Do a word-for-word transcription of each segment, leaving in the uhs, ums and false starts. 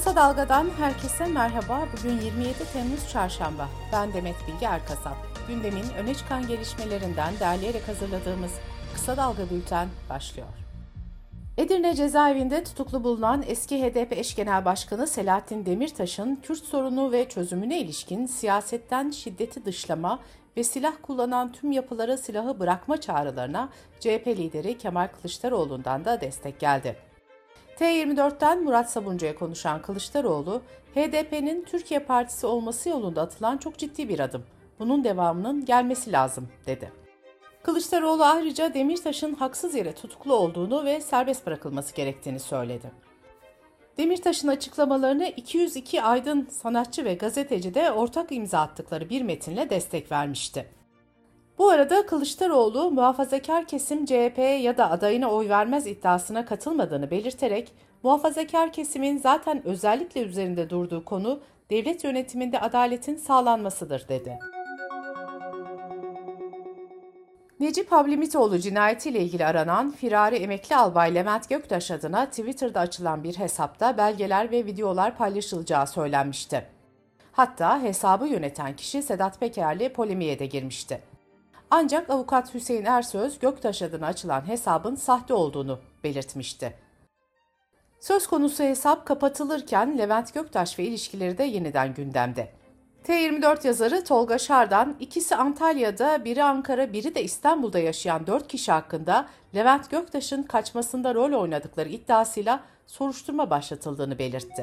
Kısa Dalga'dan herkese merhaba. Bugün yirmi yedi Temmuz Çarşamba. Ben Demet Bilge Erkasap. Gündemin öne çıkan gelişmelerinden derleyerek hazırladığımız Kısa Dalga Bülten başlıyor. Edirne cezaevinde tutuklu bulunan eski H D P eş genel başkanı Selahattin Demirtaş'ın Kürt sorunu ve çözümüne ilişkin siyasetten şiddeti dışlama ve silah kullanan tüm yapılara silahı bırakma çağrılarına C H P lideri Kemal Kılıçdaroğlu'ndan da destek geldi. T yirmi dört'ten Murat Sabuncu'ya konuşan Kılıçdaroğlu, H D P'nin Türkiye Partisi olması yolunda atılan çok ciddi bir adım. Bunun devamının gelmesi lazım, dedi. Kılıçdaroğlu ayrıca Demirtaş'ın haksız yere tutuklu olduğunu ve serbest bırakılması gerektiğini söyledi. Demirtaş'ın açıklamalarını iki yüz iki aydın sanatçı ve gazeteci de ortak imza attıkları bir metinle destek vermişti. Bu arada Kılıçdaroğlu, muhafazakar kesim C H P'ye ya da adayına oy vermez iddiasına katılmadığını belirterek, muhafazakar kesimin zaten özellikle üzerinde durduğu konu devlet yönetiminde adaletin sağlanmasıdır, dedi. Necip Hablimitoğlu cinayetiyle ilgili aranan firari emekli albay Levent Göktaş adına Twitter'da açılan bir hesapta belgeler ve videolar paylaşılacağı söylenmişti. Hatta hesabı yöneten kişi Sedat Peker'le polemiğe de girmişti. Ancak avukat Hüseyin Ersöz, Göktaş adına açılan hesabın sahte olduğunu belirtmişti. Söz konusu hesap kapatılırken Levent Göktaş ve ilişkileri de yeniden gündemde. T yirmi dört yazarı Tolga Şardan, ikisi Antalya'da, biri Ankara, biri de İstanbul'da yaşayan dört kişi hakkında Levent Göktaş'ın kaçmasında rol oynadıkları iddiasıyla soruşturma başlatıldığını belirtti.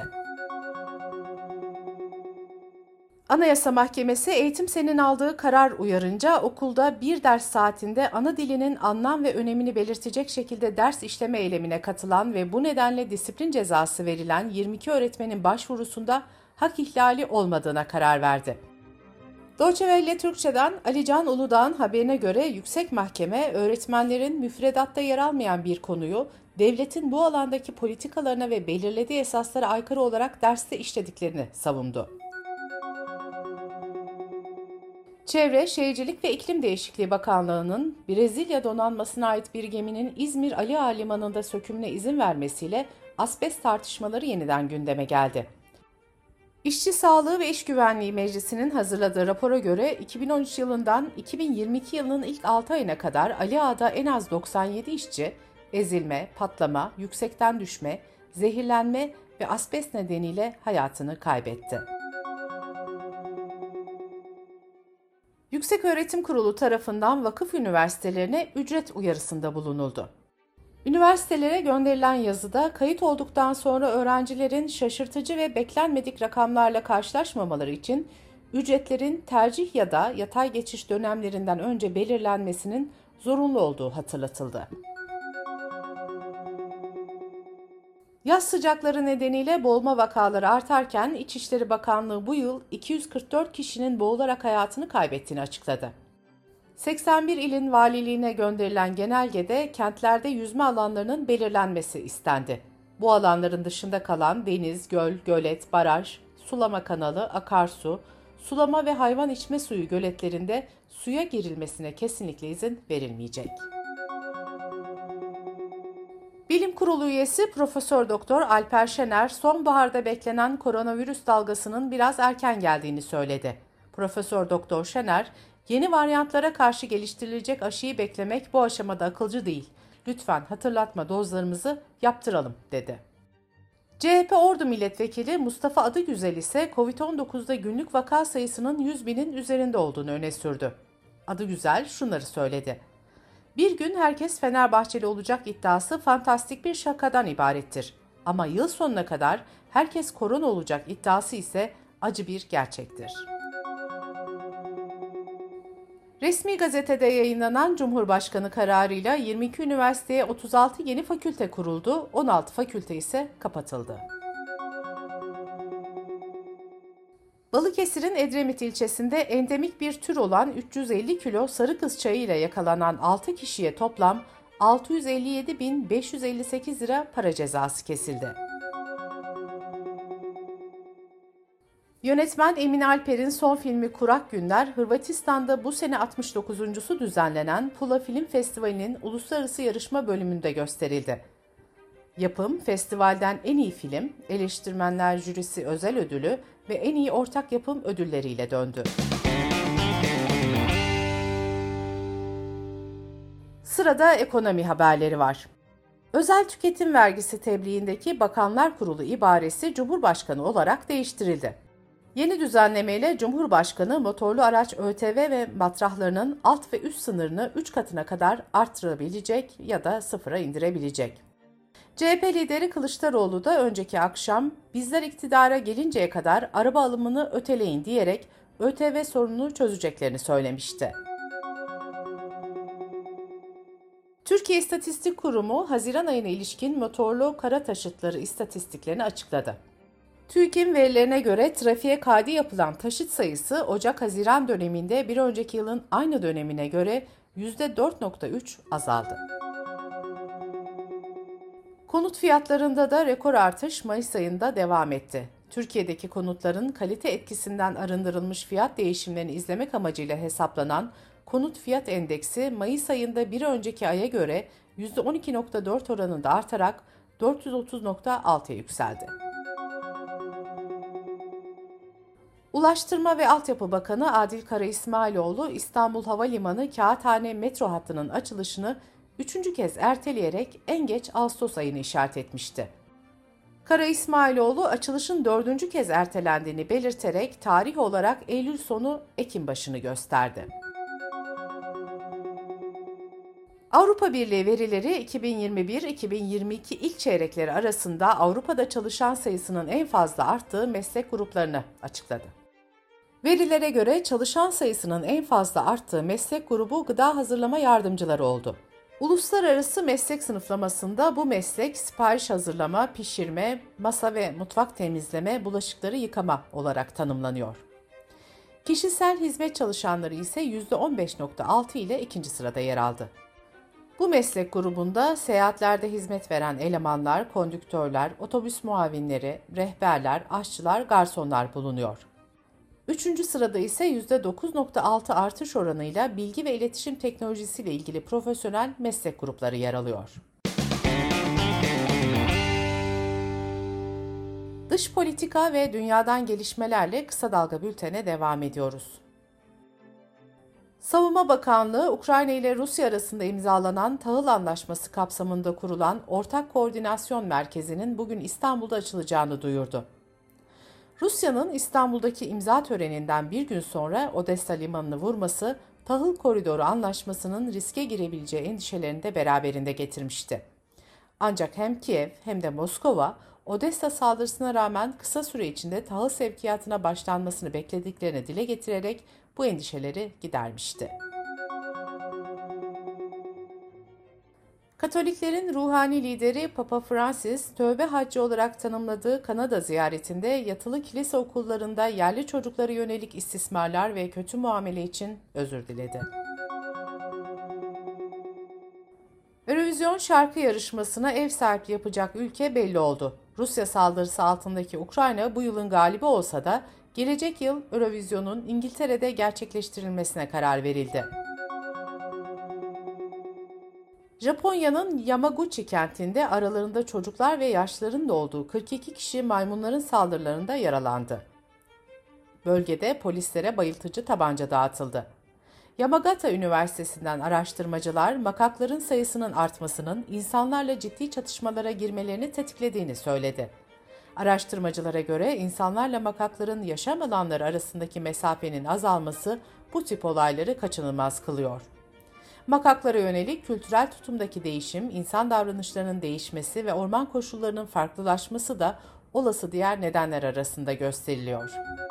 Anayasa Mahkemesi Eğitim Sen'in aldığı karar uyarınca okulda bir ders saatinde ana dilinin anlam ve önemini belirtecek şekilde ders işleme eylemine katılan ve bu nedenle disiplin cezası verilen yirmi iki öğretmenin başvurusunda hak ihlali olmadığına karar verdi. Deutsche Welle Türkçe'den Ali Can Uludağ'ın haberine göre Yüksek Mahkeme, öğretmenlerin müfredatta yer almayan bir konuyu devletin bu alandaki politikalarına ve belirlediği esaslara aykırı olarak derste işlediklerini savundu. Çevre, Şehircilik ve İklim Değişikliği Bakanlığı'nın Brezilya donanmasına ait bir geminin İzmir Ali Ağa Limanı'nda sökümüne izin vermesiyle asbest tartışmaları yeniden gündeme geldi. İşçi Sağlığı ve İş Güvenliği Meclisi'nin hazırladığı rapora göre iki bin on üç yılından iki bin yirmi iki yılının ilk altı ayına kadar Ali Ağa'da en az doksan yedi işçi ezilme, patlama, yüksekten düşme, zehirlenme ve asbest nedeniyle hayatını kaybetti. Yükseköğretim Kurulu tarafından vakıf üniversitelerine ücret uyarısında bulunuldu. Üniversitelere gönderilen yazıda kayıt olduktan sonra öğrencilerin şaşırtıcı ve beklenmedik rakamlarla karşılaşmamaları için ücretlerin tercih ya da yatay geçiş dönemlerinden önce belirlenmesinin zorunlu olduğu hatırlatıldı. Yaz sıcakları nedeniyle boğulma vakaları artarken İçişleri Bakanlığı bu yıl iki yüz kırk dört kişinin boğularak hayatını kaybettiğini açıkladı. seksen bir ilin valiliğine gönderilen genelgede kentlerde yüzme alanlarının belirlenmesi istendi. Bu alanların dışında kalan deniz, göl, gölet, baraj, sulama kanalı, akarsu, sulama ve hayvan içme suyu göletlerinde suya girilmesine kesinlikle izin verilmeyecek. Bilim Kurulu üyesi Profesör Doktor Alper Şener, sonbaharda beklenen koronavirüs dalgasının biraz erken geldiğini söyledi. Profesör Doktor Şener, yeni varyantlara karşı geliştirilecek aşıyı beklemek bu aşamada akılcı değil. Lütfen hatırlatma dozlarımızı yaptıralım, dedi. C H P Ordu Milletvekili Mustafa Adıgüzel ise kovid on dokuzda günlük vaka sayısının yüz binin üzerinde olduğunu öne sürdü. Adıgüzel şunları söyledi. Bir gün herkes Fenerbahçeli olacak iddiası fantastik bir şakadan ibarettir. Ama yıl sonuna kadar herkes korona olacak iddiası ise acı bir gerçektir. Resmi gazetede yayınlanan Cumhurbaşkanı kararıyla yirmi iki üniversiteye otuz altı yeni fakülte kuruldu, on altı fakülte ise kapatıldı. Balıkesir'in Edremit ilçesinde endemik bir tür olan üç yüz elli kilo sarı kız çayı ile yakalanan altı kişiye toplam altı yüz elli yedi bin beş yüz elli sekiz lira para cezası kesildi. Yönetmen Emin Alper'in son filmi Kurak Günler, Hırvatistan'da bu sene altmış dokuzuncusu düzenlenen Pula Film Festivali'nin uluslararası yarışma bölümünde gösterildi. Yapım, festivalden en iyi film, eleştirmenler jürisi özel ödülü ve en iyi ortak yapım ödülleriyle döndü. Sırada ekonomi haberleri var. Özel tüketim vergisi tebliğindeki Bakanlar Kurulu ibaresi Cumhurbaşkanı olarak değiştirildi. Yeni düzenlemeyle Cumhurbaşkanı motorlu araç ÖTV ve matrahlarının alt ve üst sınırını üç katına kadar arttırabilecek ya da sıfıra indirebilecek. C H P lideri Kılıçdaroğlu da önceki akşam bizler iktidara gelinceye kadar araba alımını öteleyin diyerek ÖTV sorununu çözeceklerini söylemişti. Türkiye İstatistik Kurumu, Haziran ayına ilişkin motorlu kara taşıtları istatistiklerini açıkladı. TÜİK'in verilerine göre trafiğe kaydı yapılan taşıt sayısı Ocak-Haziran döneminde bir önceki yılın aynı dönemine göre yüzde dört virgül üç azaldı. Konut fiyatlarında da rekor artış Mayıs ayında devam etti. Türkiye'deki konutların kalite etkisinden arındırılmış fiyat değişimlerini izlemek amacıyla hesaplanan Konut Fiyat Endeksi Mayıs ayında bir önceki aya göre yüzde on iki virgül dört oranında artarak dört yüz otuz virgül altıya yükseldi. Ulaştırma ve Altyapı Bakanı Adil Kara İsmailoğlu, İstanbul Havalimanı Kağıthane metro hattının açılışını üçüncü kez erteleyerek en geç Ağustos ayını işaret etmişti. Kara İsmailoğlu, açılışın dördüncü kez ertelendiğini belirterek tarih olarak Eylül sonu Ekim başını gösterdi. Avrupa Birliği verileri iki bin yirmi bir iki bin yirmi iki ilk çeyrekleri arasında Avrupa'da çalışan sayısının en fazla arttığı meslek gruplarını açıkladı. Verilere göre çalışan sayısının en fazla arttığı meslek grubu gıda hazırlama yardımcıları oldu. Uluslararası meslek sınıflamasında bu meslek sipariş hazırlama, pişirme, masa ve mutfak temizleme, bulaşıkları yıkama olarak tanımlanıyor. Kişisel hizmet çalışanları ise yüzde on beş virgül altı ile ikinci sırada yer aldı. Bu meslek grubunda seyahatlerde hizmet veren elemanlar, kondüktörler, otobüs muavinleri, rehberler, aşçılar, garsonlar bulunuyor. Üçüncü sırada ise yüzde dokuz virgül altı artış oranıyla bilgi ve iletişim teknolojisiyle ilgili profesyonel meslek grupları yer alıyor. Dış politika ve dünyadan gelişmelerle kısa dalga bültene devam ediyoruz. Savunma Bakanlığı, Ukrayna ile Rusya arasında imzalanan tahıl anlaşması kapsamında kurulan Ortak Koordinasyon Merkezi'nin bugün İstanbul'da açılacağını duyurdu. Rusya'nın İstanbul'daki imza töreninden bir gün sonra Odessa limanını vurması, tahıl koridoru anlaşmasının riske girebileceği endişelerini de beraberinde getirmişti. Ancak hem Kiev hem de Moskova, Odessa saldırısına rağmen kısa süre içinde tahıl sevkiyatına başlanmasını beklediklerini dile getirerek bu endişeleri gidermişti. Katoliklerin ruhani lideri Papa Francis, tövbe haccı olarak tanımladığı Kanada ziyaretinde yatılı kilise okullarında yerli çocuklara yönelik istismarlar ve kötü muamele için özür diledi. Eurovision şarkı yarışmasına ev sahipliği yapacak ülke belli oldu. Rusya saldırısı altındaki Ukrayna bu yılın galibi olsa da gelecek yıl Eurovision'un İngiltere'de gerçekleştirilmesine karar verildi. Japonya'nın Yamaguchi kentinde aralarında çocuklar ve yaşlıların da olduğu kırk iki kişi maymunların saldırılarında yaralandı. Bölgede polislere bayıltıcı tabanca dağıtıldı. Yamagata Üniversitesi'nden araştırmacılar makakların sayısının artmasının insanlarla ciddi çatışmalara girmelerini tetiklediğini söyledi. Araştırmacılara göre insanlarla makakların yaşam alanları arasındaki mesafenin azalması bu tip olayları kaçınılmaz kılıyor. Makaklara yönelik kültürel tutumdaki değişim, insan davranışlarının değişmesi ve orman koşullarının farklılaşması da olası diğer nedenler arasında gösteriliyor.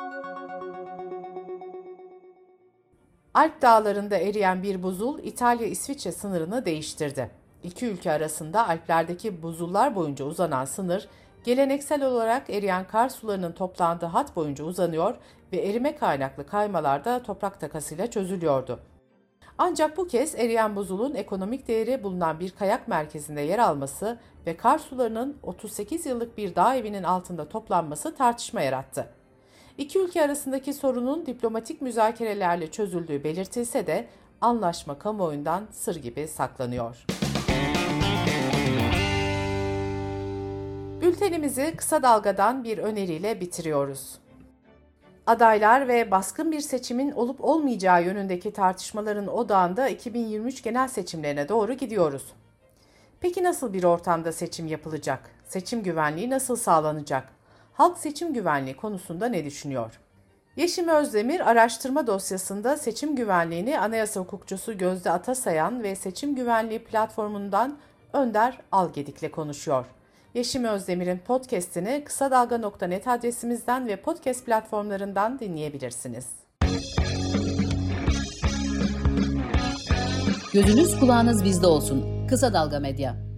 Alp dağlarında eriyen bir buzul İtalya-İsviçre sınırını değiştirdi. İki ülke arasında Alplerdeki buzullar boyunca uzanan sınır, geleneksel olarak eriyen kar sularının toplandığı hat boyunca uzanıyor ve erime kaynaklı kaymalarda toprak takasıyla çözülüyordu. Ancak bu kez eriyen buzulun ekonomik değeri bulunan bir kayak merkezinde yer alması ve kar sularının otuz sekiz yıllık bir dağ evinin altında toplanması tartışma yarattı. İki ülke arasındaki sorunun diplomatik müzakerelerle çözüldüğü belirtilse de anlaşma kamuoyundan sır gibi saklanıyor. Bültenimizi kısa dalgadan bir öneriyle bitiriyoruz. Adaylar ve baskın bir seçimin olup olmayacağı yönündeki tartışmaların odağında iki bin yirmi üç genel seçimlerine doğru gidiyoruz. Peki nasıl bir ortamda seçim yapılacak? Seçim güvenliği nasıl sağlanacak? Halk seçim güvenliği konusunda ne düşünüyor? Yeşim Özdemir araştırma dosyasında seçim güvenliğini anayasa hukukçusu Gözde Atasayan ve Seçim Güvenliği platformundan Önder Algedik'le konuşuyor. Yeşim Özdemir'in podcast'ini kısa dalga nokta net adresimizden ve podcast platformlarından dinleyebilirsiniz. Gözünüz kulağınız bizde olsun. Kısa Dalga Medya.